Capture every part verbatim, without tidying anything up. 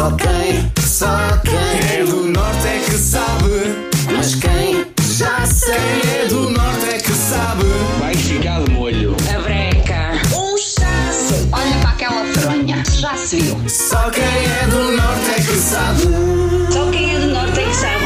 Só quem, só quem é do norte é que sabe. Mas quem já sei é do norte é que sabe. Vai ficar de molho. A breca, o chasso. Olha para aquela fronha, já se viu. Só quem é do norte é que sabe. Só quem é do norte é que sabe.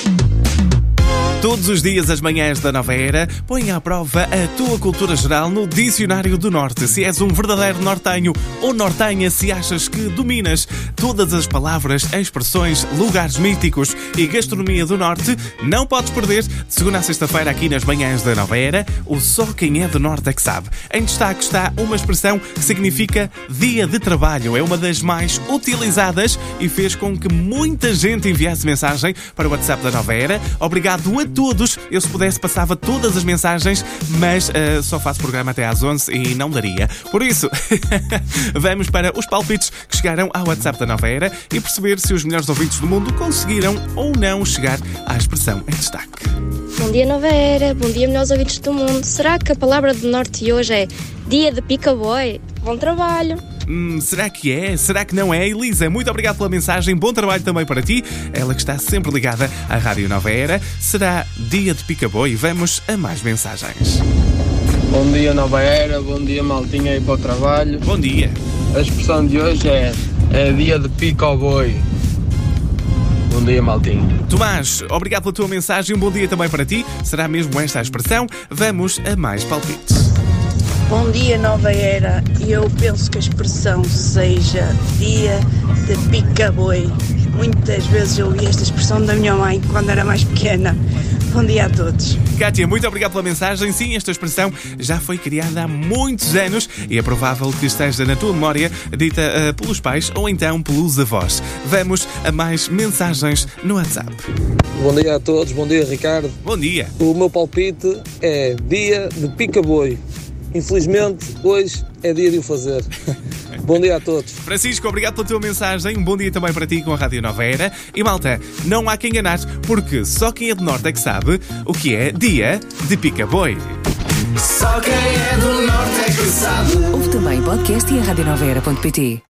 Todos os dias, as manhãs da Nova Era, põe à prova a tua cultura geral no Dicionário do Norte. Se és um verdadeiro nortenho ou nortenha, se achas que dominas todas as palavras, expressões, lugares míticos e gastronomia do Norte, não podes perder, de segunda a sexta-feira, aqui nas manhãs da Nova Era, o Só Quem é do Norte é que sabe. Em destaque está uma expressão que significa dia de trabalho. É uma das mais utilizadas e fez com que muita gente enviasse mensagem para o WhatsApp da Nova Era. Obrigado a todos. Eu, se pudesse, passava todas as mensagens, mas uh, só faço programa até às onze e não daria. Por isso, vamos para os palpites que chegaram ao WhatsApp da Nova Era e perceber se os melhores ouvintes do mundo conseguiram ou não chegar à expressão em destaque. Bom dia, Nova Era. Bom dia, melhores ouvintes do mundo. Será que a palavra do Norte de hoje é dia de pica-boy? Bom trabalho. Hum, será que é? Será que não é? Elisa, muito obrigado pela mensagem. Bom trabalho também para ti. Ela que está sempre ligada à Rádio Nova Era. Será dia de pica-boi? Vamos a mais mensagens. Bom dia, Nova Era. Bom dia, maltinha aí para o trabalho. Bom dia. A expressão de hoje é, é dia de pica-boi. Bom dia, maltinha. Tomás, obrigado pela tua mensagem. Um bom dia também para ti. Será mesmo esta a expressão? Vamos a mais palpites. Bom dia, Nova Era. Eu penso que a expressão seja dia de pica-boi. Muitas vezes eu ouvi esta expressão da minha mãe quando era mais pequena. Bom dia a todos. Kátia, muito obrigado pela mensagem. Sim, esta expressão já foi criada há muitos anos e é provável que esteja na tua memória, dita uh, pelos pais ou então pelos avós. Vamos a mais mensagens no WhatsApp. Bom dia a todos. Bom dia, Ricardo. Bom dia. O meu palpite é dia de pica-boi. Infelizmente, hoje é dia de o fazer. Bom dia a todos. Francisco, obrigado pela tua mensagem. Um bom dia também para ti com a Rádio Nova Era. E malta, não há quem enganar, porque só quem é do Norte é que sabe o que é dia de pica-boi. Só quem é do norte é que sabe. Ouve também podcast e a radionovaera ponto pt.